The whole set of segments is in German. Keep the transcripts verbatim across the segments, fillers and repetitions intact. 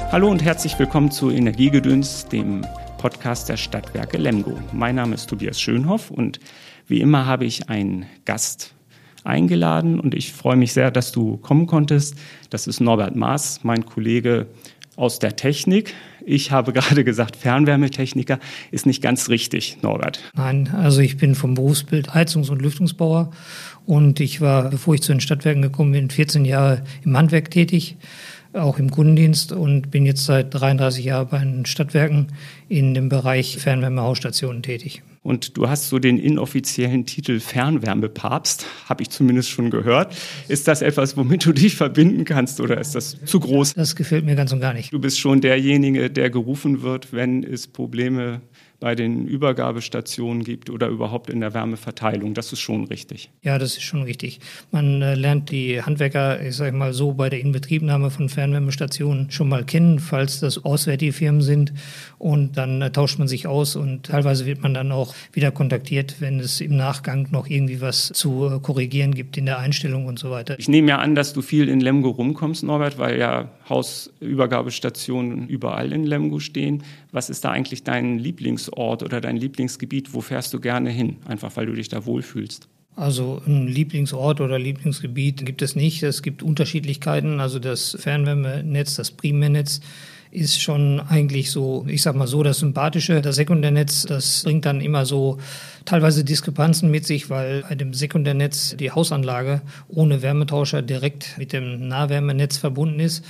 Hallo und herzlich willkommen zu Energiegedöns, dem Podcast der Stadtwerke Lemgo. Mein Name ist Tobias Schönhoff und wie immer habe ich einen Gast eingeladen und ich freue mich sehr, dass du kommen konntest. Das ist Norbert Maas, mein Kollege aus der Technik. Ich habe gerade gesagt, Fernwärmetechniker ist nicht ganz richtig, Norbert. Nein, also ich bin vom Berufsbild Heizungs- und Lüftungsbauer und ich war, bevor ich zu den Stadtwerken gekommen bin, vierzehn Jahre im Handwerk tätig, auch im Kundendienst und bin jetzt seit dreiunddreißig Jahren bei den Stadtwerken in dem Bereich Fernwärmehausstationen tätig. Und du hast so den inoffiziellen Titel Fernwärmepapst, habe ich zumindest schon gehört. Ist das etwas, womit du dich verbinden kannst oder ist das zu groß? Das gefällt mir ganz und gar nicht. Du bist schon derjenige, der gerufen wird, wenn es Probleme bei den Übergabestationen gibt oder überhaupt in der Wärmeverteilung. Das ist schon richtig. Ja, das ist schon richtig. Man äh, lernt die Handwerker, ich sage mal so, bei der Inbetriebnahme von Fernwärmestationen schon mal kennen, falls das auswärtige Firmen sind. Und dann äh, tauscht man sich aus und teilweise wird man dann auch wieder kontaktiert, wenn es im Nachgang noch irgendwie was zu äh, korrigieren gibt in der Einstellung und so weiter. Ich nehme ja an, dass du viel in Lemgo rumkommst, Norbert, weil ja Hausübergabestationen überall in Lemgo stehen. Was ist da eigentlich dein Lieblingsort oder dein Lieblingsgebiet? Wo fährst du gerne hin? Einfach, weil du dich da wohlfühlst. Also ein Lieblingsort oder Lieblingsgebiet gibt es nicht. Es gibt Unterschiedlichkeiten. Also das Fernwärmenetz, das Primärnetz ist schon eigentlich so, ich sag mal so, das Sympathische. Das Sekundärnetz, das bringt dann immer so teilweise Diskrepanzen mit sich, weil bei dem Sekundärnetz die Hausanlage ohne Wärmetauscher direkt mit dem Nahwärmenetz verbunden ist.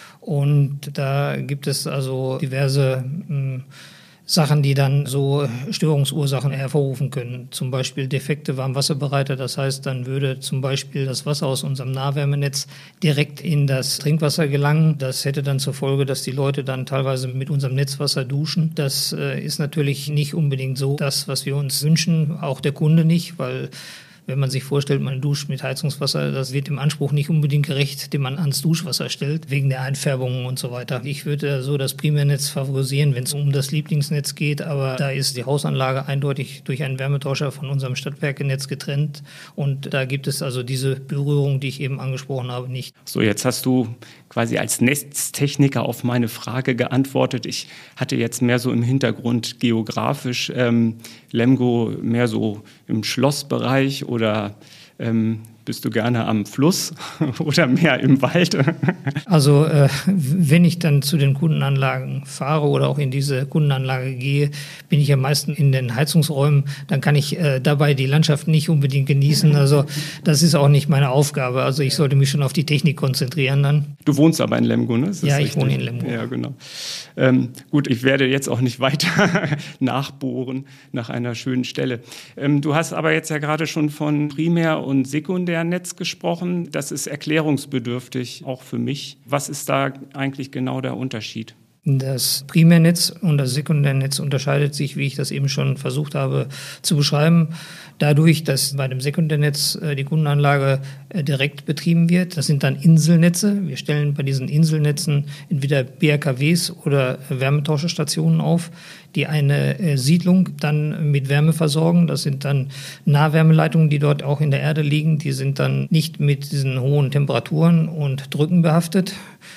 Und da gibt es also diverse mh, Sachen, die dann so Störungsursachen hervorrufen können. Zum Beispiel defekte Warmwasserbereiter. Das heißt, dann würde zum Beispiel das Wasser aus unserem Nahwärmenetz direkt in das Trinkwasser gelangen. Das hätte dann zur Folge, dass die Leute dann teilweise mit unserem Netzwasser duschen. Das äh, ist natürlich nicht unbedingt so das, was wir uns wünschen. Auch der Kunde nicht, weil wenn man sich vorstellt, man duscht mit Heizungswasser, das wird dem Anspruch nicht unbedingt gerecht, den man ans Duschwasser stellt, wegen der Einfärbungen und so weiter. Ich würde so das Primärnetz favorisieren, wenn es um das Lieblingsnetz geht, aber da ist die Hausanlage eindeutig durch einen Wärmetauscher von unserem Stadtwerkenetz getrennt und da gibt es also diese Berührung, die ich eben angesprochen habe, nicht. So, jetzt hast du quasi als Netztechniker auf meine Frage geantwortet. Ich hatte jetzt mehr so im Hintergrund geografisch ähm, Lemgo mehr so im Schlossbereich oder ähm, bist du gerne am Fluss oder mehr im Wald? Also äh, wenn ich dann zu den Kundenanlagen fahre oder auch in diese Kundenanlage gehe, bin ich am meisten in den Heizungsräumen. Dann kann ich äh, dabei die Landschaft nicht unbedingt genießen. Also das ist auch nicht meine Aufgabe. Also ich sollte mich schon auf die Technik konzentrieren dann. Du wohnst aber in Lemgo, ne? Ja, ich richtig? wohne in Lemgo. Ja, genau. Ähm, gut, ich werde jetzt auch nicht weiter nachbohren nach einer schönen Stelle. Ähm, du hast aber jetzt ja gerade schon von Primär- und Sekundärnetz gesprochen. Das ist erklärungsbedürftig, auch für mich. Was ist da eigentlich genau der Unterschied? Das Primärnetz und das Sekundärnetz unterscheidet sich, wie ich das eben schon versucht habe zu beschreiben, dadurch, dass bei dem Sekundärnetz die Kundenanlage direkt betrieben wird. Das sind dann Inselnetze. Wir stellen bei diesen Inselnetzen entweder B R K Ws oder Wärmetauscherstationen auf, die eine Siedlung dann mit Wärme versorgen. Das sind dann Nahwärmeleitungen, die dort auch in der Erde liegen. Die sind dann nicht mit diesen hohen Temperaturen und Drücken behaftet.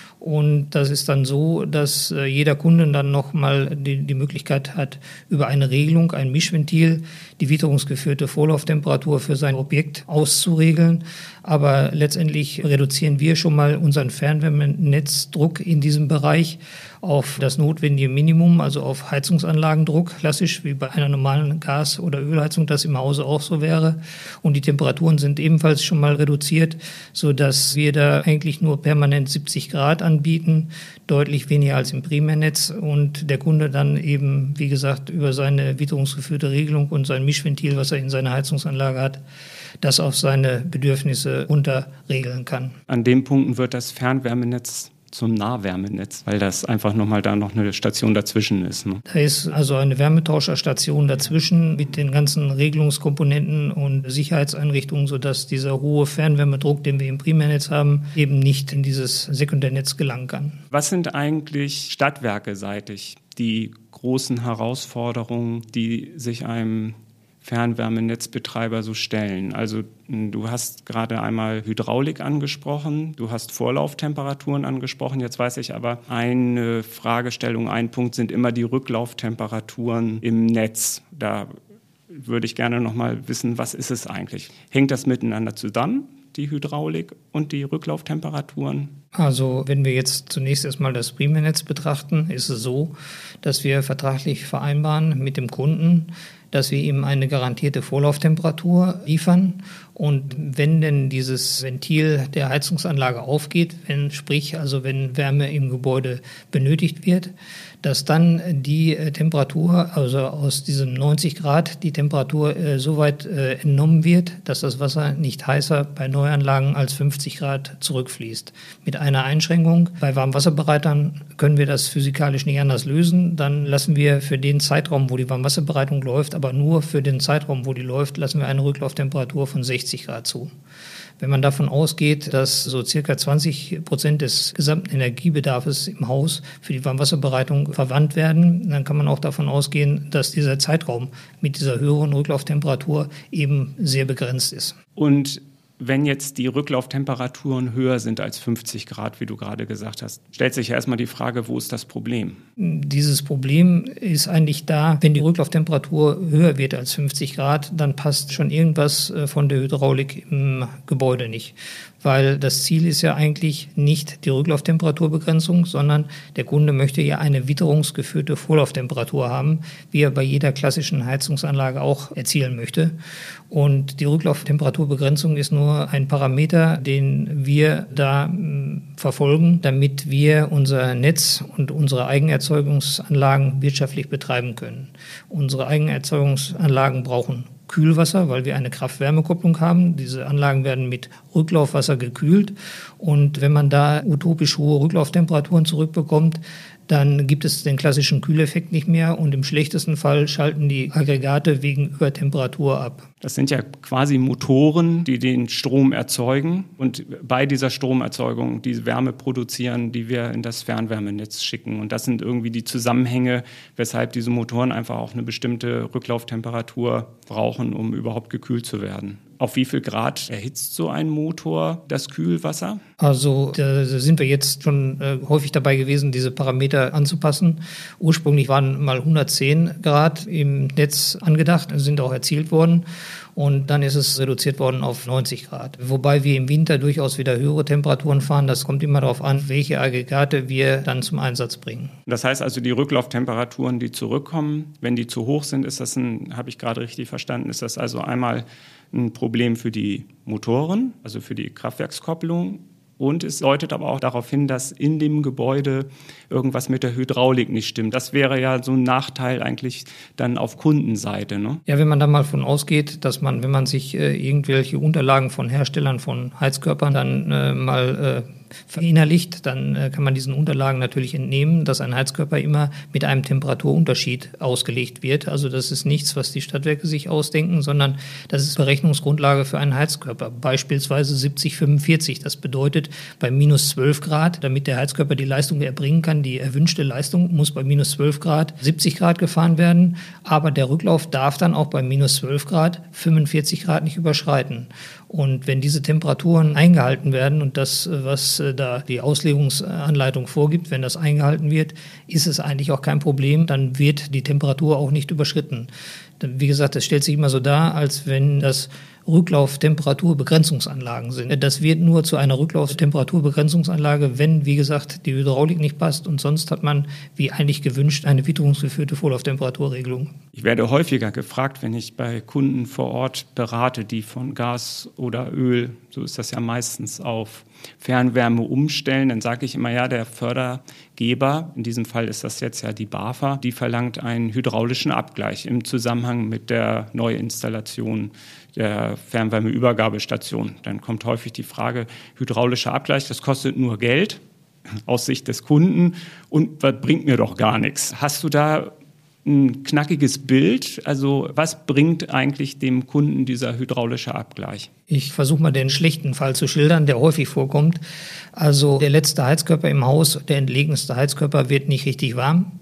Und das ist dann so, dass äh, jeder Kunde dann nochmal die, die Möglichkeit hat, über eine Regelung, ein Mischventil, die witterungsgeführte Vorlauftemperatur für sein Objekt auszuregeln. Aber letztendlich reduzieren wir schon mal unseren Fernwärmenetzdruck in diesem Bereich auf das notwendige Minimum, also auf Heizungsanlagendruck, klassisch wie bei einer normalen Gas- oder Ölheizung, das im Hause auch so wäre. Und die Temperaturen sind ebenfalls schon mal reduziert, sodass wir da eigentlich nur permanent siebzig Grad anbieten, deutlich weniger als im Primärnetz. Und der Kunde dann eben, wie gesagt, über seine witterungsgeführte Regelung und sein Mischventil, was er in seiner Heizungsanlage hat, das auf seine Bedürfnisse runterregeln kann. An den Punkten wird das Fernwärmenetz zum Nahwärmenetz, weil das einfach nochmal da noch eine Station dazwischen ist. Ne? Da ist also eine Wärmetauscherstation dazwischen mit den ganzen Regelungskomponenten und Sicherheitseinrichtungen, sodass dieser hohe Fernwärmedruck, den wir im Primärnetz haben, eben nicht in dieses Sekundärnetz gelangen kann. Was sind eigentlich stadtwerkeseitig die großen Herausforderungen, die sich einem Fernwärmenetzbetreiber so stellen? Also du hast gerade einmal Hydraulik angesprochen, du hast Vorlauftemperaturen angesprochen. Jetzt weiß ich aber, eine Fragestellung, ein Punkt sind immer die Rücklauftemperaturen im Netz. Da würde ich gerne noch mal wissen, was ist es eigentlich? Hängt das miteinander zusammen, die Hydraulik und die Rücklauftemperaturen? Also wenn wir jetzt zunächst erstmal das Primärnetz betrachten, ist es so, dass wir vertraglich vereinbaren mit dem Kunden, dass wir ihm eine garantierte Vorlauftemperatur liefern. Und wenn denn dieses Ventil der Heizungsanlage aufgeht, wenn, sprich also wenn Wärme im Gebäude benötigt wird, dass dann die Temperatur, also aus diesem neunzig Grad, die Temperatur äh, so weit äh, entnommen wird, dass das Wasser nicht heißer bei Neuanlagen als fünfzig Grad zurückfließt. Mit einer Einschränkung: Bei Warmwasserbereitern können wir das physikalisch nicht anders lösen. Dann lassen wir für den Zeitraum, wo die Warmwasserbereitung läuft, aber nur für den Zeitraum, wo die läuft, lassen wir eine Rücklauftemperatur von sechzig Grad zu. Wenn man davon ausgeht, dass so circa zwanzig Prozent des gesamten Energiebedarfs im Haus für die Warmwasserbereitung verwandt werden, dann kann man auch davon ausgehen, dass dieser Zeitraum mit dieser höheren Rücklauftemperatur eben sehr begrenzt ist. Und wenn jetzt die Rücklauftemperaturen höher sind als fünfzig Grad, wie du gerade gesagt hast, stellt sich erstmal die Frage, wo ist das Problem? Dieses Problem ist eigentlich da, wenn die Rücklauftemperatur höher wird als fünfzig Grad, dann passt schon irgendwas von der Hydraulik im Gebäude nicht. Weil das Ziel ist ja eigentlich nicht die Rücklauftemperaturbegrenzung, sondern der Kunde möchte ja eine witterungsgeführte Vorlauftemperatur haben, wie er bei jeder klassischen Heizungsanlage auch erzielen möchte. Und die Rücklauftemperaturbegrenzung ist nur ein Parameter, den wir da m, verfolgen, damit wir unser Netz und unsere Eigenerzeugungsanlagen wirtschaftlich betreiben können. Unsere Eigenerzeugungsanlagen brauchen Kühlwasser, weil wir eine Kraft-Wärme-Kopplung haben. Diese Anlagen werden mit Rücklaufwasser gekühlt. Und wenn man da utopisch hohe Rücklauftemperaturen zurückbekommt, dann gibt es den klassischen Kühleffekt nicht mehr und im schlechtesten Fall schalten die Aggregate wegen Übertemperatur ab. Das sind ja quasi Motoren, die den Strom erzeugen und bei dieser Stromerzeugung die Wärme produzieren, die wir in das Fernwärmenetz schicken. Und das sind irgendwie die Zusammenhänge, weshalb diese Motoren einfach auch eine bestimmte Rücklauftemperatur brauchen, um überhaupt gekühlt zu werden. Auf wie viel Grad erhitzt so ein Motor das Kühlwasser? Also da sind wir jetzt schon äh, häufig dabei gewesen, diese Parameter anzupassen. Ursprünglich waren mal hundertzehn Grad im Netz angedacht, sind auch erzielt worden. Und dann ist es reduziert worden auf neunzig Grad. Wobei wir im Winter durchaus wieder höhere Temperaturen fahren. Das kommt immer darauf an, welche Aggregate wir dann zum Einsatz bringen. Das heißt also, die Rücklauftemperaturen, die zurückkommen, wenn die zu hoch sind, ist das ein, habe ich gerade richtig verstanden, ist das also einmal ein Problem für die Motoren, also für die Kraftwerkskopplung. Und es deutet aber auch darauf hin, dass in dem Gebäude irgendwas mit der Hydraulik nicht stimmt. Das wäre ja so ein Nachteil eigentlich dann auf Kundenseite, ne? Ja, wenn man da mal von ausgeht, dass man, wenn man sich äh, irgendwelche Unterlagen von Herstellern von Heizkörpern dann äh, mal äh, verinnerlicht, dann äh, kann man diesen Unterlagen natürlich entnehmen, dass ein Heizkörper immer mit einem Temperaturunterschied ausgelegt wird. Also das ist nichts, was die Stadtwerke sich ausdenken, sondern das ist Berechnungsgrundlage für einen Heizkörper. Beispielsweise siebzig fünfundvierzig. Das bedeutet, bei minus zwölf Grad, damit der Heizkörper die Leistung erbringen kann, die erwünschte Leistung muss bei minus zwölf Grad siebzig Grad gefahren werden. Aber der Rücklauf darf dann auch bei minus zwölf Grad fünfundvierzig Grad nicht überschreiten. Und wenn diese Temperaturen eingehalten werden und das, was da die Auslegungsanleitung vorgibt, wenn das eingehalten wird, ist es eigentlich auch kein Problem, dann wird die Temperatur auch nicht überschritten. Wie gesagt, es stellt sich immer so dar, als wenn das Rücklauftemperaturbegrenzungsanlagen sind. Das wird nur zu einer Rücklauftemperaturbegrenzungsanlage, wenn, wie gesagt, die Hydraulik nicht passt und sonst hat man, wie eigentlich gewünscht, eine witterungsgeführte Vorlauftemperaturregelung. Ich werde häufiger gefragt, wenn ich bei Kunden vor Ort berate, die von Gas oder Öl, so ist das ja meistens, auf Fernwärme umstellen, dann sage ich immer, ja, der Fördergeber, in diesem Fall ist das jetzt ja die BAFA, die verlangt einen hydraulischen Abgleich im Zusammenhang mit der Neuinstallation der Fernwärmeübergabestation. Dann kommt häufig die Frage, hydraulischer Abgleich, das kostet nur Geld aus Sicht des Kunden und das bringt mir doch gar nichts. Hast du da ein knackiges Bild? Also was bringt eigentlich dem Kunden dieser hydraulische Abgleich? Ich versuche mal den schlechten Fall zu schildern, der häufig vorkommt. Also der letzte Heizkörper im Haus, der entlegenste Heizkörper wird nicht richtig warm.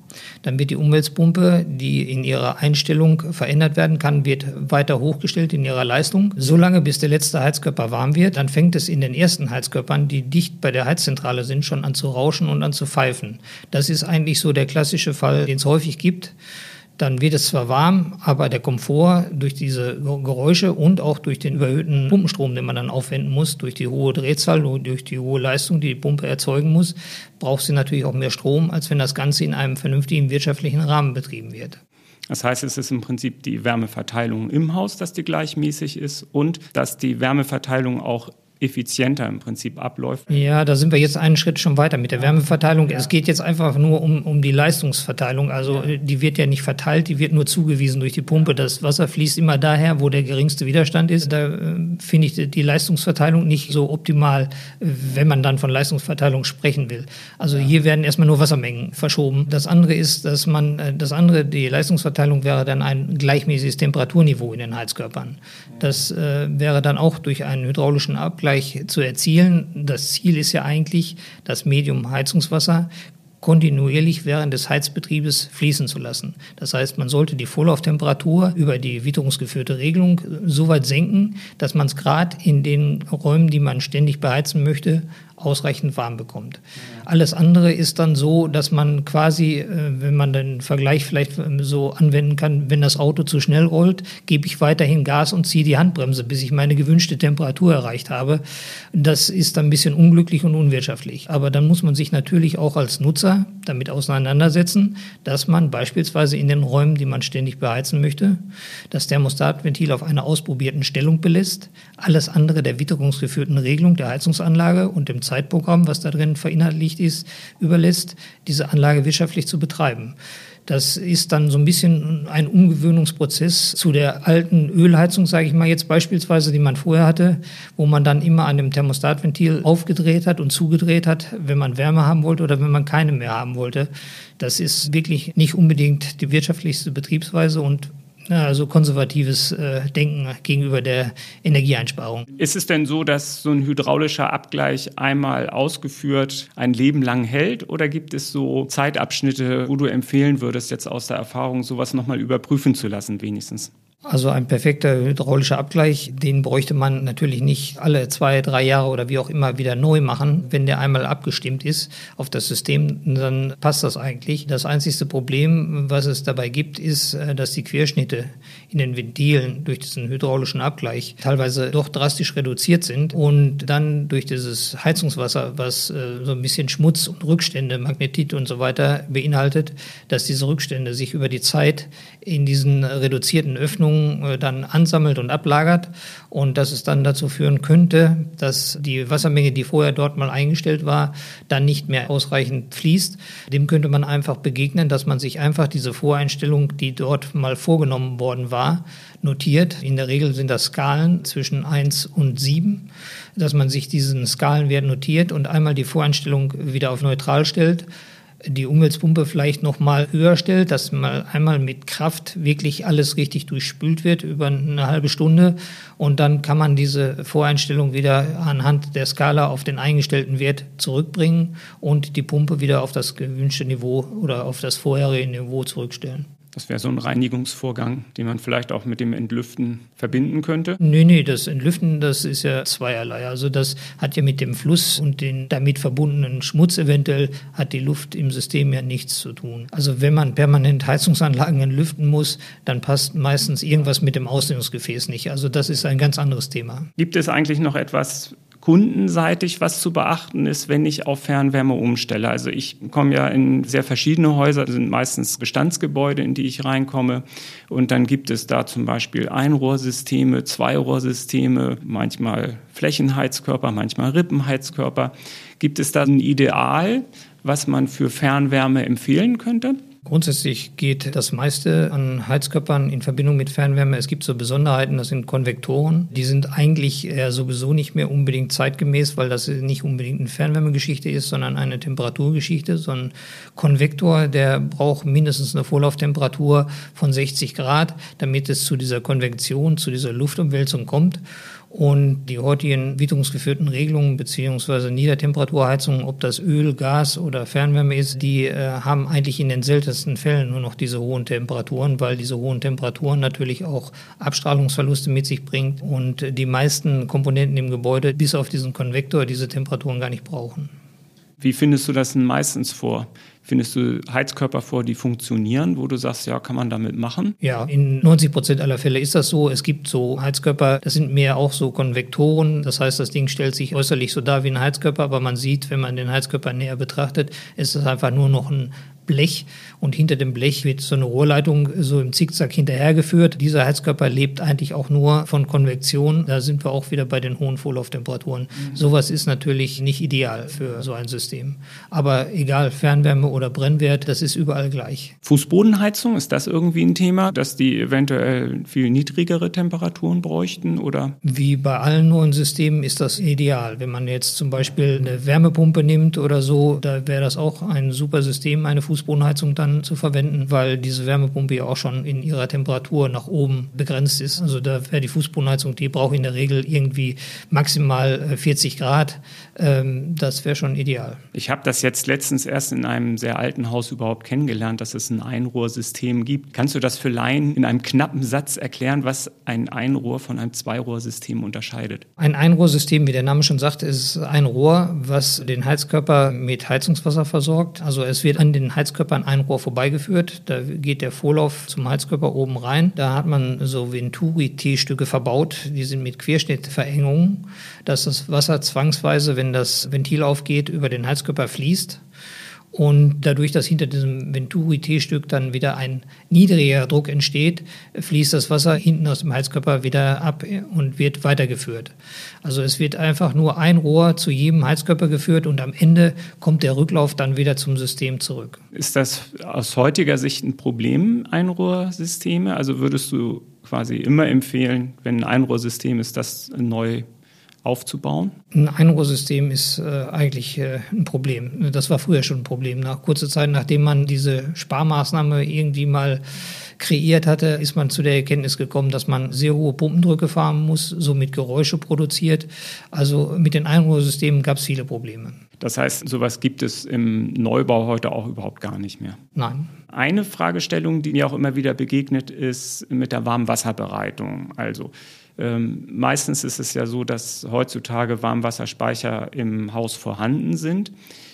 Dann wird die Umwälzpumpe, die in ihrer Einstellung verändert werden kann, wird weiter hochgestellt in ihrer Leistung, solange bis der letzte Heizkörper warm wird. Dann fängt es in den ersten Heizkörpern, die dicht bei der Heizzentrale sind, schon an zu rauschen und an zu pfeifen. Das ist eigentlich so der klassische Fall, den es häufig gibt. Dann wird es zwar warm, aber der Komfort durch diese Geräusche und auch durch den überhöhten Pumpenstrom, den man dann aufwenden muss, durch die hohe Drehzahl und durch die hohe Leistung, die die Pumpe erzeugen muss, braucht sie natürlich auch mehr Strom, als wenn das Ganze in einem vernünftigen wirtschaftlichen Rahmen betrieben wird. Das heißt, es ist im Prinzip die Wärmeverteilung im Haus, dass die gleichmäßig ist und dass die Wärmeverteilung auch effizienter im Prinzip abläuft. Ja, da sind wir jetzt einen Schritt schon weiter mit der Wärmeverteilung. Ja. Es geht jetzt einfach nur um, um die Leistungsverteilung. Also ja. Die wird ja nicht verteilt, die wird nur zugewiesen durch die Pumpe. Das Wasser fließt immer daher, wo der geringste Widerstand ist. Da äh, finde ich die Leistungsverteilung nicht so optimal, wenn man dann von Leistungsverteilung sprechen will. Also ja. Hier werden erstmal nur Wassermengen verschoben. Das andere ist, dass man, äh, das andere, die Leistungsverteilung wäre dann ein gleichmäßiges Temperaturniveau in den Heizkörpern. Ja. Das äh, wäre dann auch durch einen hydraulischen Abgleich zu erzielen. Das Ziel ist ja eigentlich, das Medium Heizungswasser kontinuierlich während des Heizbetriebes fließen zu lassen. Das heißt, man sollte die Vorlauftemperatur über die witterungsgeführte Regelung so weit senken, dass man es gerade in den Räumen, die man ständig beheizen möchte, ausreichend warm bekommt. Alles andere ist dann so, dass man quasi, wenn man den Vergleich vielleicht so anwenden kann, wenn das Auto zu schnell rollt, gebe ich weiterhin Gas und ziehe die Handbremse, bis ich meine gewünschte Temperatur erreicht habe. Das ist dann ein bisschen unglücklich und unwirtschaftlich. Aber dann muss man sich natürlich auch als Nutzer damit auseinandersetzen, dass man beispielsweise in den Räumen, die man ständig beheizen möchte, das Thermostatventil auf einer ausprobierten Stellung belässt, alles andere der witterungsgeführten Regelung der Heizungsanlage und dem Zeitprogramm, was da drin verinhaltlicht ist, überlässt, diese Anlage wirtschaftlich zu betreiben. Das ist dann so ein bisschen ein Umgewöhnungsprozess zu der alten Ölheizung, sage ich mal jetzt beispielsweise, die man vorher hatte, wo man dann immer an dem Thermostatventil aufgedreht hat und zugedreht hat, wenn man Wärme haben wollte oder wenn man keine mehr haben wollte. Das ist wirklich nicht unbedingt die wirtschaftlichste Betriebsweise und also konservatives äh, Denken gegenüber der Energieeinsparung. Ist es denn so, dass so ein hydraulischer Abgleich einmal ausgeführt ein Leben lang hält oder gibt es so Zeitabschnitte, wo du empfehlen würdest, jetzt aus der Erfahrung sowas nochmal überprüfen zu lassen wenigstens? Also ein perfekter hydraulischer Abgleich, den bräuchte man natürlich nicht alle zwei, drei Jahre oder wie auch immer wieder neu machen. Wenn der einmal abgestimmt ist auf das System, dann passt das eigentlich. Das einzigste Problem, was es dabei gibt, ist, dass die Querschnitte in den Ventilen durch diesen hydraulischen Abgleich teilweise doch drastisch reduziert sind und dann durch dieses Heizungswasser, was so ein bisschen Schmutz und Rückstände, Magnetit und so weiter beinhaltet, dass diese Rückstände sich über die Zeit in diesen reduzierten Öffnungen dann ansammelt und ablagert und dass es dann dazu führen könnte, dass die Wassermenge, die vorher dort mal eingestellt war, dann nicht mehr ausreichend fließt. Dem könnte man einfach begegnen, dass man sich einfach diese Voreinstellung, die dort mal vorgenommen worden war, notiert. In der Regel sind das Skalen zwischen eins und sieben, dass man sich diesen Skalenwert notiert und einmal die Voreinstellung wieder auf neutral stellt, die Umwälzpumpe vielleicht noch mal höher stellt, dass mal einmal mit Kraft wirklich alles richtig durchspült wird über eine halbe Stunde und dann kann man diese Voreinstellung wieder anhand der Skala auf den eingestellten Wert zurückbringen und die Pumpe wieder auf das gewünschte Niveau oder auf das vorherige Niveau zurückstellen. Das wäre so ein Reinigungsvorgang, den man vielleicht auch mit dem Entlüften verbinden könnte? Nee, nee, das Entlüften, das ist ja zweierlei. Also das hat ja mit dem Fluss und den damit verbundenen Schmutz eventuell, hat die Luft im System ja nichts zu tun. Also wenn man permanent Heizungsanlagen entlüften muss, dann passt meistens irgendwas mit dem Ausdehnungsgefäß nicht. Also das ist ein ganz anderes Thema. Gibt es eigentlich noch etwas kundenseitig, was zu beachten ist, wenn ich auf Fernwärme umstelle? Also ich komme ja in sehr verschiedene Häuser, das sind meistens Bestandsgebäude, in die ich reinkomme. Und dann gibt es da zum Beispiel Einrohrsysteme, Zweirohrsysteme, manchmal Flächenheizkörper, manchmal Rippenheizkörper. Gibt es da ein Ideal, was man für Fernwärme empfehlen könnte? Grundsätzlich geht das meiste an Heizkörpern in Verbindung mit Fernwärme. Es gibt so Besonderheiten, das sind Konvektoren. Die sind eigentlich eher sowieso nicht mehr unbedingt zeitgemäß, weil das nicht unbedingt eine Fernwärmegeschichte ist, sondern eine Temperaturgeschichte. So ein Konvektor, der braucht mindestens eine Vorlauftemperatur von sechzig Grad, damit es zu dieser Konvektion, zu dieser Luftumwälzung kommt. Und die heutigen witterungsgeführten Regelungen beziehungsweise Niedertemperaturheizungen, ob das Öl, Gas oder Fernwärme ist, die äh, haben eigentlich in den seltensten seltensten Fällen nur noch diese hohen Temperaturen, weil diese hohen Temperaturen natürlich auch Abstrahlungsverluste mit sich bringt und die meisten Komponenten im Gebäude bis auf diesen Konvektor diese Temperaturen gar nicht brauchen. Wie findest du das denn meistens vor? Findest du Heizkörper vor, die funktionieren, wo du sagst, ja, kann man damit machen? Ja, in neunzig Prozent aller Fälle ist das so. Es gibt so Heizkörper, das sind mehr auch so Konvektoren. Das heißt, das Ding stellt sich äußerlich so dar wie ein Heizkörper, aber man sieht, wenn man den Heizkörper näher betrachtet, ist es einfach nur noch ein Blech und hinter dem Blech wird so eine Rohrleitung so im Zickzack hinterhergeführt. Dieser Heizkörper lebt eigentlich auch nur von Konvektion. Da sind wir auch wieder bei den hohen Vorlauftemperaturen. Mhm. Sowas ist natürlich nicht ideal für so ein System. Aber egal, Fernwärme oder Brennwert, das ist überall gleich. Fußbodenheizung, ist das irgendwie ein Thema, dass die eventuell viel niedrigere Temperaturen bräuchten, oder? Wie bei allen neuen Systemen ist das ideal. Wenn man jetzt zum Beispiel eine Wärmepumpe nimmt oder so, da wäre das auch ein super System, eine Fußbodenheizung Fußbodenheizung dann zu verwenden, weil diese Wärmepumpe ja auch schon in ihrer Temperatur nach oben begrenzt ist. Also da wäre die Fußbodenheizung, die braucht in der Regel irgendwie maximal vierzig Grad. Das wäre schon ideal. Ich habe das jetzt letztens erst in einem sehr alten Haus überhaupt kennengelernt, dass es ein Einrohrsystem gibt. Kannst du das für Laien in einem knappen Satz erklären, was ein Einrohr von einem Zweirohrsystem unterscheidet? Ein Einrohrsystem, wie der Name schon sagt, ist ein Rohr, was den Heizkörper mit Heizungswasser versorgt. Also es wird an den Heizkörper Heizkörper an ein Rohr vorbeigeführt. Da geht der Vorlauf zum Heizkörper oben rein. Da hat man so Venturi-T-Stücke verbaut. Die sind mit Querschnittverengungen, dass das Wasser zwangsweise, wenn das Ventil aufgeht, über den Heizkörper fließt. Und dadurch, dass hinter diesem Venturi-T-Stück dann wieder ein niedriger Druck entsteht, fließt das Wasser hinten aus dem Heizkörper wieder ab und wird weitergeführt. Also es wird einfach nur ein Rohr zu jedem Heizkörper geführt und am Ende kommt der Rücklauf dann wieder zum System zurück. Ist das aus heutiger Sicht ein Problem, Einrohrsysteme? Also würdest du quasi immer empfehlen, wenn ein Einrohrsystem ist, das neu aufzubauen? Ein Einrohrsystem ist äh, eigentlich äh, ein Problem. Das war früher schon ein Problem. Nach kurzer Zeit, nachdem man diese Sparmaßnahme irgendwie mal kreiert hatte, ist man zu der Erkenntnis gekommen, dass man sehr hohe Pumpendrücke fahren muss, somit Geräusche produziert. Also mit den Einrohrsystemen gab es viele Probleme. Das heißt, sowas gibt es im Neubau heute auch überhaupt gar nicht mehr? Nein. Eine Fragestellung, die mir auch immer wieder begegnet, ist mit der Warmwasserbereitung. Also ähm, meistens ist es ja so, dass heutzutage Warmwasserspeicher im Haus vorhanden sind.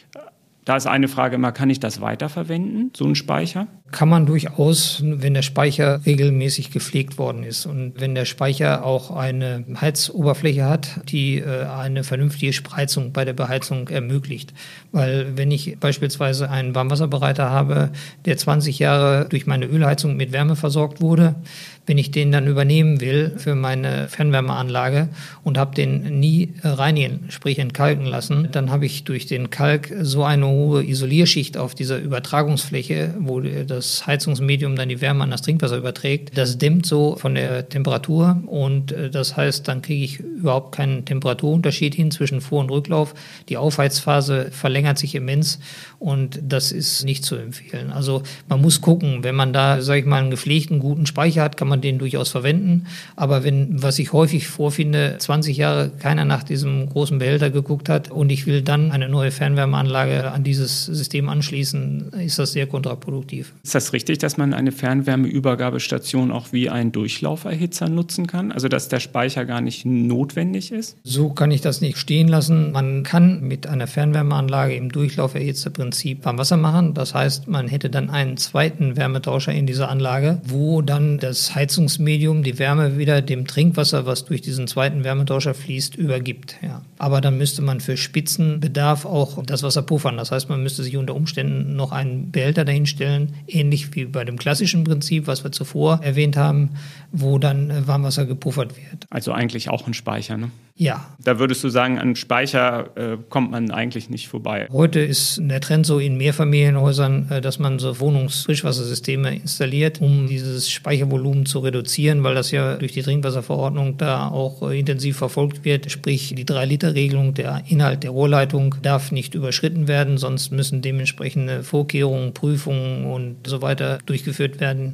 Da ist eine Frage immer, kann ich das weiterverwenden, so einen Speicher? Kann man durchaus, wenn der Speicher regelmäßig gepflegt worden ist und wenn der Speicher auch eine Heizoberfläche hat, die äh, eine vernünftige Spreizung bei der Beheizung ermöglicht. Weil wenn ich beispielsweise einen Warmwasserbereiter habe, der zwanzig Jahre durch meine Ölheizung mit Wärme versorgt wurde, wenn ich den dann übernehmen will für meine Fernwärmeanlage und habe den nie reinigen, sprich entkalken lassen, dann habe ich durch den Kalk so eine hohe Isolierschicht auf dieser Übertragungsfläche, wo das Heizungsmedium dann die Wärme an das Trinkwasser überträgt. Das dämmt so von der Temperatur und das heißt, dann kriege ich überhaupt keinen Temperaturunterschied hin zwischen Vor- und Rücklauf. Die Aufheizphase verlängert sich immens und das ist nicht zu empfehlen. Also man muss gucken, wenn man da, sage ich mal, einen gepflegten, guten Speicher hat, kann man den durchaus verwenden. Aber wenn, was ich häufig vorfinde, zwanzig Jahre keiner nach diesem großen Behälter geguckt hat und ich will dann eine neue Fernwärmeanlage an dieses System anschließen, ist das sehr kontraproduktiv. Ist das richtig, dass man eine Fernwärmeübergabestation auch wie einen Durchlauferhitzer nutzen kann? Also dass der Speicher gar nicht notwendig ist? So kann ich das nicht stehen lassen. Man kann mit einer Fernwärmeanlage im Durchlauferhitzerprinzip Warmwasser machen. Das heißt, man hätte dann einen zweiten Wärmetauscher in dieser Anlage, wo dann das Heizungsmedium die Wärme wieder dem Trinkwasser, was durch diesen zweiten Wärmetauscher fließt, übergibt. Ja. Aber dann müsste man für Spitzenbedarf auch das Wasser puffern. Das heißt, man müsste sich unter Umständen noch einen Behälter dahinstellen, ähnlich wie bei dem klassischen Prinzip, was wir zuvor erwähnt haben, wo dann Warmwasser gepuffert wird. Also eigentlich auch ein Speicher, ne? Ja. Da würdest du sagen, an Speicher äh, kommt man eigentlich nicht vorbei. Heute ist der Trend so in Mehrfamilienhäusern, äh, dass man so Wohnungsfrischwassersysteme installiert, um dieses Speichervolumen zu reduzieren, weil das ja durch die Trinkwasserverordnung da auch äh, intensiv verfolgt wird. Sprich, die drei Liter Regelung, der Inhalt der Rohrleitung darf nicht überschritten werden, sonst müssen dementsprechende Vorkehrungen, Prüfungen und so weiter durchgeführt werden.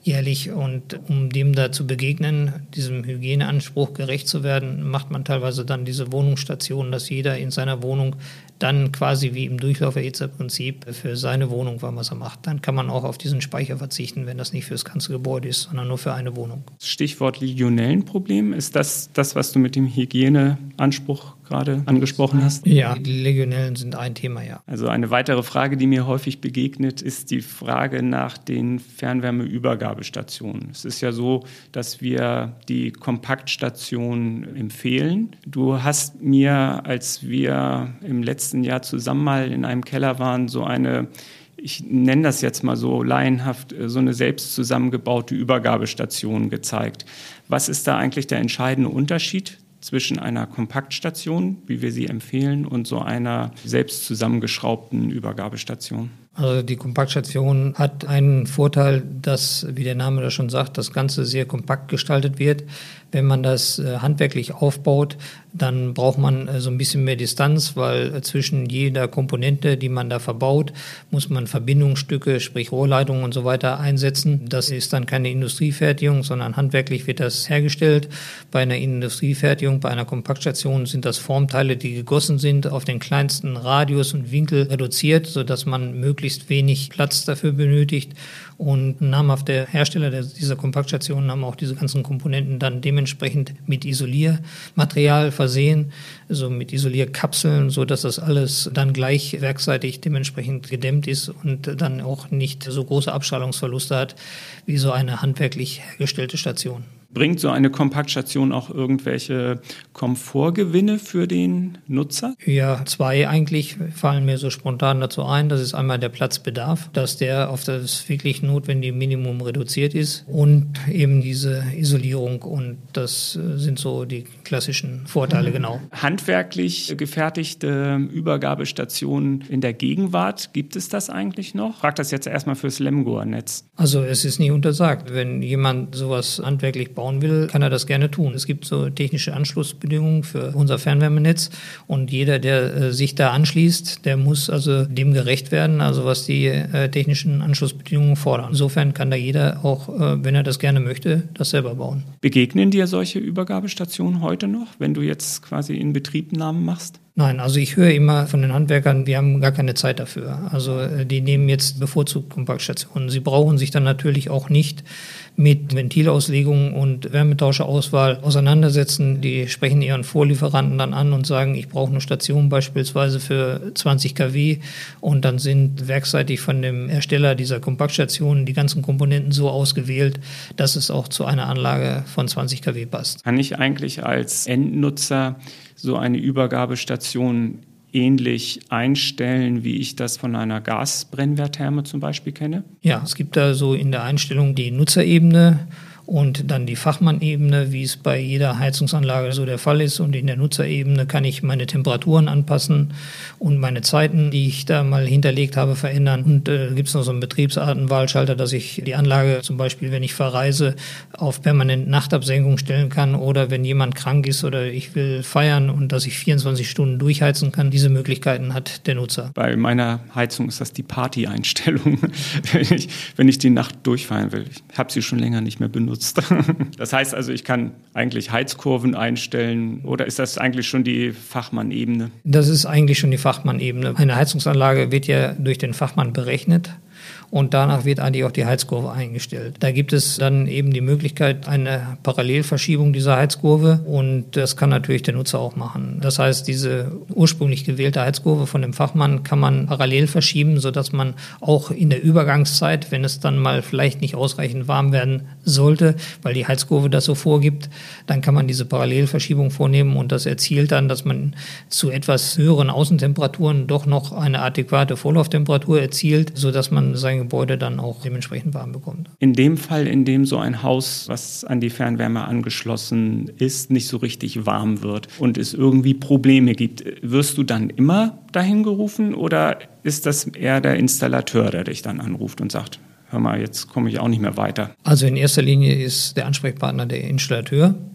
jährlich. Und um dem da zu begegnen, diesem Hygieneanspruch gerecht zu werden, macht man teilweise dann diese Wohnungsstationen, dass jeder in seiner Wohnung dann quasi wie im Durchlauferhitzer-Prinzip für seine Wohnung Warmwasser macht. Dann kann man auch auf diesen Speicher verzichten, wenn das nicht für das ganze Gebäude ist, sondern nur für eine Wohnung. Stichwort Legionellenproblem. Ist das das, was du mit dem Hygieneanspruch gerade angesprochen hast? Ja, die Legionellen sind ein Thema, ja. Also eine weitere Frage, die mir häufig begegnet, ist die Frage nach den Fernwärmeübergabestationen. Es ist ja so, dass wir die Kompaktstation empfehlen. Du hast mir, als wir im letzten Jahr zusammen mal in einem Keller waren, so eine, ich nenne das jetzt mal so laienhaft, so eine selbst zusammengebaute Übergabestation gezeigt. Was ist da eigentlich der entscheidende Unterschied zwischen einer Kompaktstation, wie wir sie empfehlen, und so einer selbst zusammengeschraubten Übergabestation? Also die Kompaktstation hat einen Vorteil, dass, wie der Name das schon sagt, das Ganze sehr kompakt gestaltet wird. Wenn man das äh, handwerklich aufbaut, dann braucht man äh, so ein bisschen mehr Distanz, weil äh, zwischen jeder Komponente, die man da verbaut, muss man Verbindungsstücke, sprich Rohrleitungen und so weiter einsetzen. Das ist dann keine Industriefertigung, sondern handwerklich wird das hergestellt. Bei einer Industriefertigung, bei einer Kompaktstation sind das Formteile, die gegossen sind, auf den kleinsten Radius und Winkel reduziert, sodass man möglichst wenig Platz dafür benötigt. Und namhafte Hersteller dieser Kompaktstationen haben auch diese ganzen Komponenten dann dementsprechend mit Isoliermaterial versehen, also mit Isolierkapseln, so dass das alles dann gleich werkseitig dementsprechend gedämmt ist und dann auch nicht so große Abstrahlungsverluste hat wie so eine handwerklich hergestellte Station. Bringt so eine Kompaktstation auch irgendwelche Komfortgewinne für den Nutzer? Ja, zwei eigentlich fallen mir so spontan dazu ein. Das ist einmal der Platzbedarf, dass der auf das wirklich notwendige Minimum reduziert ist und eben diese Isolierung. Und das sind so die klassischen Vorteile, genau. Handwerklich gefertigte Übergabestationen in der Gegenwart, gibt es das eigentlich noch? Ich frage das jetzt erstmal fürs Lemgoer Netz. Also es ist nicht untersagt. Wenn jemand sowas handwerklich bauen will, kann er das gerne tun. Es gibt so technische Anschlussbedingungen für unser Fernwärmenetz und jeder, der äh, sich da anschließt, der muss also dem gerecht werden, also was die äh, technischen Anschlussbedingungen fordern. Insofern kann da jeder auch, äh, wenn er das gerne möchte, das selber bauen. Begegnen dir solche Übergabestationen heute noch, wenn du jetzt quasi Inbetriebnahmen machst? Nein, also ich höre immer von den Handwerkern, wir haben gar keine Zeit dafür. Also die nehmen jetzt bevorzugt Kompaktstationen. Sie brauchen sich dann natürlich auch nicht mit Ventilauslegung und Wärmetauscherauswahl auseinandersetzen. Die sprechen ihren Vorlieferanten dann an und sagen, ich brauche eine Station beispielsweise für zwanzig Kilowatt und dann sind werkseitig von dem Hersteller dieser Kompaktstationen die ganzen Komponenten so ausgewählt, dass es auch zu einer Anlage von zwanzig Kilowatt passt. Kann ich eigentlich als Endnutzer so eine Übergabestation ähnlich einstellen, wie ich das von einer Gasbrennwerttherme zum Beispiel kenne? Ja, es gibt da so in der Einstellung die Nutzerebene und dann die Fachmannebene, wie es bei jeder Heizungsanlage so der Fall ist. Und in der Nutzerebene kann ich meine Temperaturen anpassen und meine Zeiten, die ich da mal hinterlegt habe, verändern. Und äh, gibt es noch so einen Betriebsartenwahlschalter, dass ich die Anlage zum Beispiel, wenn ich verreise, auf permanent Nachtabsenkung stellen kann oder wenn jemand krank ist oder ich will feiern und dass ich vierundzwanzig Stunden durchheizen kann. Diese Möglichkeiten hat der Nutzer. Bei meiner Heizung ist das die Party-Einstellung, wenn ich, wenn ich die Nacht durchfeiern will. Ich habe sie schon länger nicht mehr benutzt. Das heißt also, ich kann eigentlich Heizkurven einstellen oder ist das eigentlich schon die Fachmannebene? Das ist eigentlich schon die Fachmannebene. Eine Heizungsanlage wird ja durch den Fachmann berechnet. Und danach wird eigentlich auch die Heizkurve eingestellt. Da gibt es dann eben die Möglichkeit einer Parallelverschiebung dieser Heizkurve und das kann natürlich der Nutzer auch machen. Das heißt, diese ursprünglich gewählte Heizkurve von dem Fachmann kann man parallel verschieben, sodass man auch in der Übergangszeit, wenn es dann mal vielleicht nicht ausreichend warm werden sollte, weil die Heizkurve das so vorgibt, dann kann man diese Parallelverschiebung vornehmen und das erzielt dann, dass man zu etwas höheren Außentemperaturen doch noch eine adäquate Vorlauftemperatur erzielt, sodass man sein Gebäude dann auch dementsprechend warm bekommt. In dem Fall, in dem so ein Haus, was an die Fernwärme angeschlossen ist, nicht so richtig warm wird und es irgendwie Probleme gibt, wirst du dann immer dahin gerufen oder ist das eher der Installateur, der dich dann anruft und sagt, hör mal, jetzt komme ich auch nicht mehr weiter? Also in erster Linie ist der Ansprechpartner der Installateur.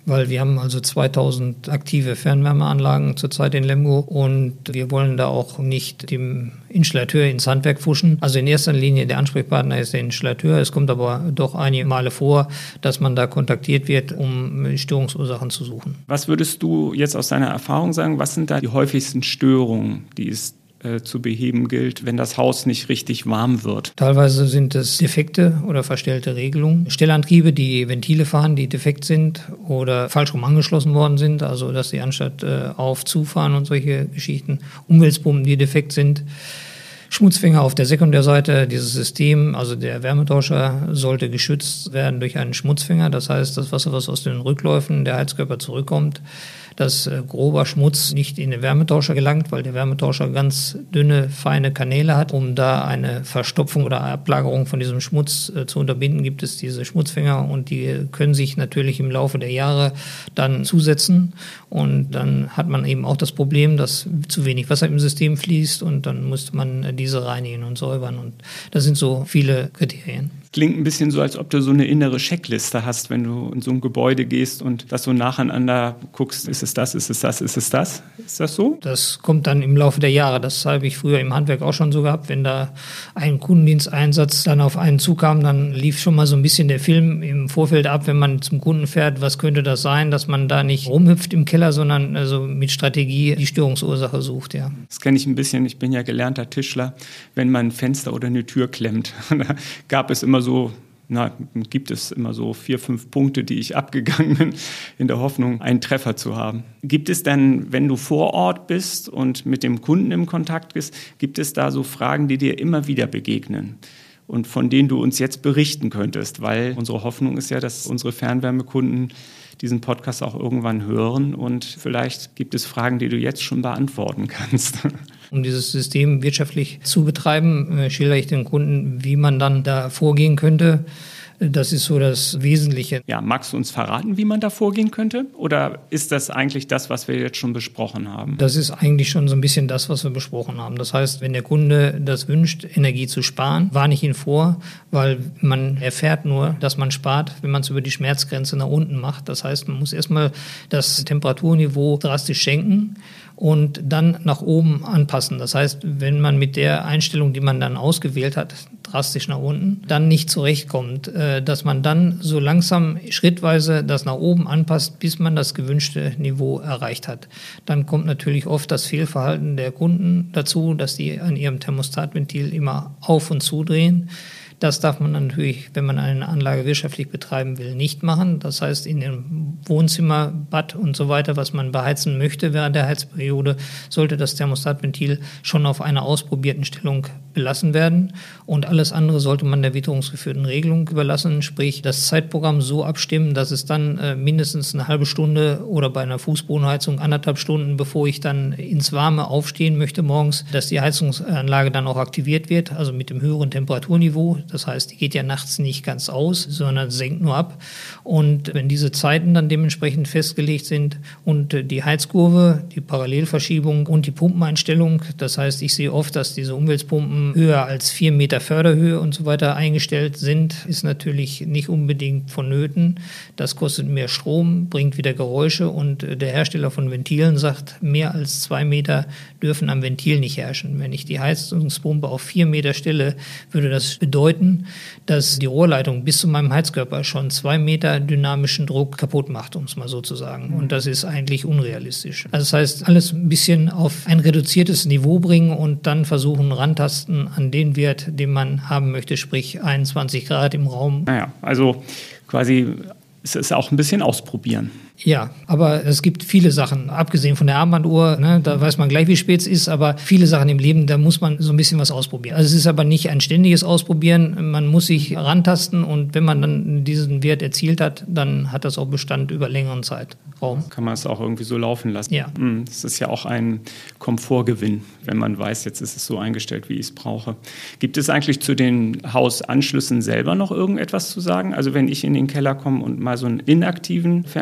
weil wir haben also zweitausend aktive Fernwärmeanlagen zurzeit in Lemgo und wir wollen da auch nicht dem Installateur ins Handwerk pfuschen. Also in erster Linie der Ansprechpartner ist der Installateur. Es kommt aber doch einige Male vor, dass man da kontaktiert wird, um Störungsursachen zu suchen. Was würdest du jetzt aus deiner Erfahrung sagen, was sind da die häufigsten Störungen, die es zu beheben gilt, wenn das Haus nicht richtig warm wird? Teilweise sind es defekte oder verstellte Regelungen. Stellantriebe, die Ventile fahren, die defekt sind oder falsch rum angeschlossen worden sind, also dass sie anstatt äh, auf zufahren und solche Geschichten. Umweltpumpen, die defekt sind. Schmutzfänger auf der Sekundärseite, dieses System, also der Wärmetauscher, sollte geschützt werden durch einen Schmutzfänger. Das heißt, das Wasser, was aus den Rückläufen der Heizkörper zurückkommt, dass äh, grober Schmutz nicht in den Wärmetauscher gelangt, weil der Wärmetauscher ganz dünne, feine Kanäle hat. Um da eine Verstopfung oder Ablagerung von diesem Schmutz äh, zu unterbinden, gibt es diese Schmutzfänger und die können sich natürlich im Laufe der Jahre dann zusetzen und dann hat man eben auch das Problem, dass zu wenig Wasser im System fließt und dann müsste man äh, diese reinigen und säubern und das sind so viele Kriterien. Klingt ein bisschen so, als ob du so eine innere Checkliste hast, wenn du in so ein Gebäude gehst und das so nacheinander guckst, ist es das, ist es das, ist es das? Ist das so? Das kommt dann im Laufe der Jahre. Das habe ich früher im Handwerk auch schon so gehabt. Wenn da ein Kundendiensteinsatz dann auf einen zukam, dann lief schon mal so ein bisschen der Film im Vorfeld ab, wenn man zum Kunden fährt, was könnte das sein, dass man da nicht rumhüpft im Keller, sondern also mit Strategie die Störungsursache sucht. Ja. Das kenne ich ein bisschen. Ich bin ja gelernter Tischler. Wenn man ein Fenster oder eine Tür klemmt, da gab es immer so, na, gibt es immer so vier, fünf Punkte, die ich abgegangen bin, in der Hoffnung, einen Treffer zu haben. Gibt es denn, wenn du vor Ort bist und mit dem Kunden im Kontakt bist, gibt es da so Fragen, die dir immer wieder begegnen und von denen du uns jetzt berichten könntest? Weil unsere Hoffnung ist ja, dass unsere Fernwärmekunden diesen Podcast auch irgendwann hören und vielleicht gibt es Fragen, die du jetzt schon beantworten kannst. Um dieses System wirtschaftlich zu betreiben, äh, schildere ich den Kunden, wie man dann da vorgehen könnte. Das ist so das Wesentliche. Ja, magst du uns verraten, wie man da vorgehen könnte? Oder ist das eigentlich das, was wir jetzt schon besprochen haben? Das ist eigentlich schon so ein bisschen das, was wir besprochen haben. Das heißt, wenn der Kunde das wünscht, Energie zu sparen, warne ich ihn vor, weil man erfährt nur, dass man spart, wenn man es über die Schmerzgrenze nach unten macht. Das heißt, man muss erstmal das Temperaturniveau drastisch senken und dann nach oben anpassen. Das heißt, wenn man mit der Einstellung, die man dann ausgewählt hat, drastisch nach unten, dann nicht zurechtkommt, dass man dann so langsam schrittweise das nach oben anpasst, bis man das gewünschte Niveau erreicht hat. Dann kommt natürlich oft das Fehlverhalten der Kunden dazu, dass die an ihrem Thermostatventil immer auf und zudrehen. Das darf man natürlich, wenn man eine Anlage wirtschaftlich betreiben will, nicht machen. Das heißt, in dem Wohnzimmer, Bad und so weiter, was man beheizen möchte während der Heizperiode, sollte das Thermostatventil schon auf einer ausprobierten Stellung belassen werden. Und alles andere sollte man der witterungsgeführten Regelung überlassen, sprich das Zeitprogramm so abstimmen, dass es dann äh, mindestens eine halbe Stunde oder bei einer Fußbodenheizung anderthalb Stunden, bevor ich dann ins Warme aufstehen möchte morgens, dass die Heizungsanlage dann auch aktiviert wird, also mit dem höheren Temperaturniveau. Das heißt, die geht ja nachts nicht ganz aus, sondern senkt nur ab. Und wenn diese Zeiten dann dementsprechend festgelegt sind und die Heizkurve, die Parallelverschiebung und die Pumpeneinstellung, das heißt, ich sehe oft, dass diese Umweltpumpen höher als vier Meter Förderhöhe und so weiter eingestellt sind, ist natürlich nicht unbedingt vonnöten. Das kostet mehr Strom, bringt wieder Geräusche und der Hersteller von Ventilen sagt, mehr als zwei Meter dürfen am Ventil nicht herrschen. Wenn ich die Heizungspumpe auf vier Meter stelle, würde das bedeuten, dass die Rohrleitung bis zu meinem Heizkörper schon zwei Meter dynamischen Druck kaputt macht, um es mal so zu sagen. Und das ist eigentlich unrealistisch. Also das heißt, alles ein bisschen auf ein reduziertes Niveau bringen und dann versuchen, rantasten an den Wert, den man haben möchte, sprich einundzwanzig Grad im Raum. Naja, also quasi es ist auch ein bisschen ausprobieren. Ja, aber es gibt viele Sachen, abgesehen von der Armbanduhr, ne, da weiß man gleich, wie spät es ist, aber viele Sachen im Leben, da muss man so ein bisschen was ausprobieren. Also es ist aber nicht ein ständiges Ausprobieren, man muss sich rantasten und wenn man dann diesen Wert erzielt hat, dann hat das auch Bestand über längeren Zeitraum. Kann man es auch irgendwie so laufen lassen. Ja. Das ist ja auch ein Komfortgewinn, wenn man weiß, jetzt ist es so eingestellt, wie ich es brauche. Gibt es eigentlich zu den Hausanschlüssen selber noch irgendetwas zu sagen? Also wenn ich in den Keller komme und mal so einen inaktiven Fernwärmehaushalt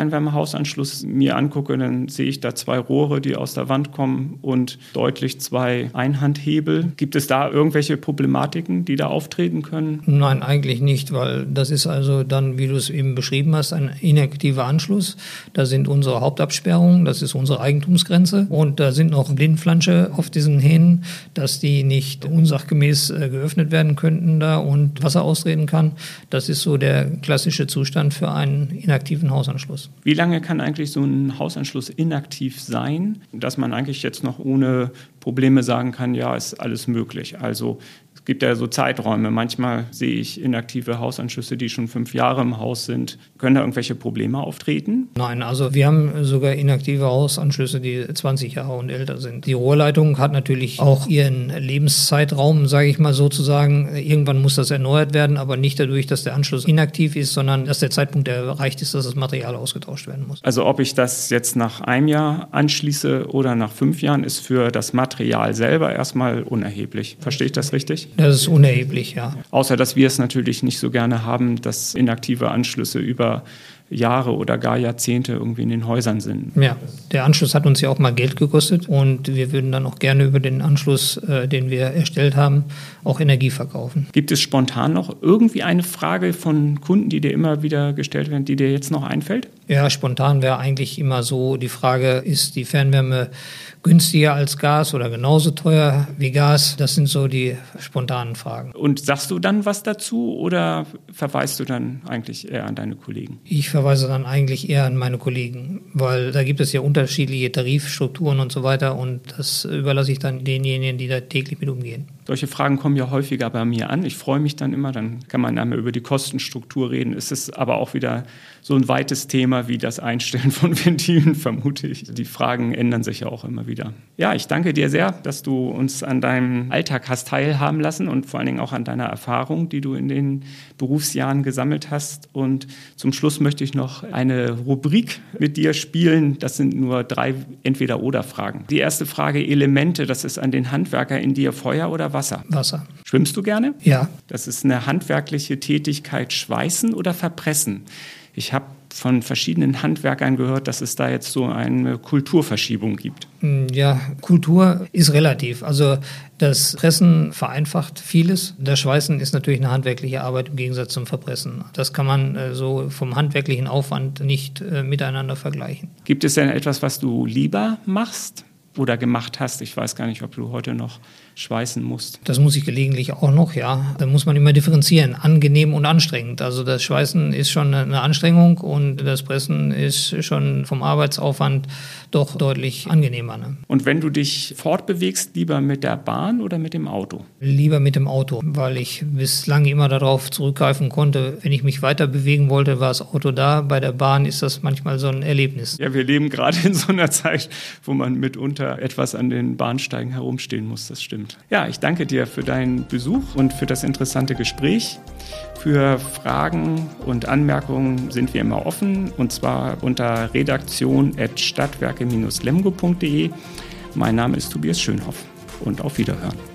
Hausanschluss mir angucke, dann sehe ich da zwei Rohre, die aus der Wand kommen und deutlich zwei Einhandhebel. Gibt es da irgendwelche Problematiken, die da auftreten können? Nein, eigentlich nicht, weil das ist also dann, wie du es eben beschrieben hast, ein inaktiver Anschluss. Da sind unsere Hauptabsperrungen, das ist unsere Eigentumsgrenze und da sind noch Blindflansche auf diesen Hähnen, dass die nicht unsachgemäß äh, geöffnet werden könnten da und Wasser austreten kann. Das ist so der klassische Zustand für einen inaktiven Hausanschluss. Wie lange kann eigentlich so ein Hausanschluss inaktiv sein, dass man eigentlich jetzt noch ohne Probleme sagen kann, ja, ist alles möglich? Also es gibt ja so Zeiträume. Manchmal sehe ich inaktive Hausanschlüsse, die schon fünf Jahre im Haus sind. Können da irgendwelche Probleme auftreten? Nein, also wir haben sogar inaktive Hausanschlüsse, die zwanzig Jahre und älter sind. Die Rohrleitung hat natürlich auch ihren Lebenszeitraum, sage ich mal sozusagen. Irgendwann muss das erneuert werden, aber nicht dadurch, dass der Anschluss inaktiv ist, sondern dass der Zeitpunkt erreicht ist, dass das Material ausgetauscht werden muss. Also ob ich das jetzt nach einem Jahr anschließe oder nach fünf Jahren, ist für das Material selber erstmal unerheblich. Verstehe ich das richtig? Das ist unerheblich, ja. Außer, dass wir es natürlich nicht so gerne haben, dass inaktive Anschlüsse über Jahre oder gar Jahrzehnte irgendwie in den Häusern sind. Ja, der Anschluss hat uns ja auch mal Geld gekostet und wir würden dann auch gerne über den Anschluss, äh, den wir erstellt haben, auch Energie verkaufen. Gibt es spontan noch irgendwie eine Frage von Kunden, die dir immer wieder gestellt werden, die dir jetzt noch einfällt? Ja, spontan wäre eigentlich immer so die Frage, ist die Fernwärme günstiger als Gas oder genauso teuer wie Gas? Das sind so die spontanen Fragen. Und sagst du dann was dazu oder verweist du dann eigentlich eher an deine Kollegen? Ich verweise dann eigentlich eher an meine Kollegen, weil da gibt es ja unterschiedliche Tarifstrukturen und so weiter und das überlasse ich dann denjenigen, die da täglich mit umgehen. Solche Fragen kommen ja häufiger bei mir an. Ich freue mich dann immer, dann kann man einmal über die Kostenstruktur reden. Es ist aber auch wieder so ein weites Thema wie das Einstellen von Ventilen, vermute ich. Die Fragen ändern sich ja auch immer wieder. Ja, ich danke dir sehr, dass du uns an deinem Alltag hast teilhaben lassen und vor allen Dingen auch an deiner Erfahrung, die du in den Berufsjahren gesammelt hast. Und zum Schluss möchte ich noch eine Rubrik mit dir spielen. Das sind nur drei Entweder-oder-Fragen. Die erste Frage, Elemente, das ist an den Handwerker in dir Feuer oder Wasser? Wasser. Schwimmst du gerne? Ja. Das ist eine handwerkliche Tätigkeit, Schweißen oder Verpressen? Ich habe von verschiedenen Handwerkern gehört, dass es da jetzt so eine Kulturverschiebung gibt. Ja, Kultur ist relativ. Also das Pressen vereinfacht vieles. Das Schweißen ist natürlich eine handwerkliche Arbeit im Gegensatz zum Verpressen. Das kann man äh, so vom handwerklichen Aufwand nicht äh, miteinander vergleichen. Gibt es denn etwas, was du lieber machst oder gemacht hast? Ich weiß gar nicht, ob du heute noch schweißen musst. Das muss ich gelegentlich auch noch, ja. Da muss man immer differenzieren, angenehm und anstrengend. Also das Schweißen ist schon eine Anstrengung und das Pressen ist schon vom Arbeitsaufwand doch deutlich angenehmer. Ne? Und wenn du dich fortbewegst, lieber mit der Bahn oder mit dem Auto? Lieber mit dem Auto, weil ich bislang immer darauf zurückgreifen konnte, wenn ich mich weiter bewegen wollte, war das Auto da. Bei der Bahn ist das manchmal so ein Erlebnis. Ja, wir leben gerade in so einer Zeit, wo man mitunter etwas an den Bahnsteigen herumstehen muss, das stimmt. Ja, ich danke dir für deinen Besuch und für das interessante Gespräch. Für Fragen und Anmerkungen sind wir immer offen, und zwar unter redaktion at stadtwerke Bindestrich lemgo punkt de. Mein Name ist Tobias Schönhoff und auf Wiederhören.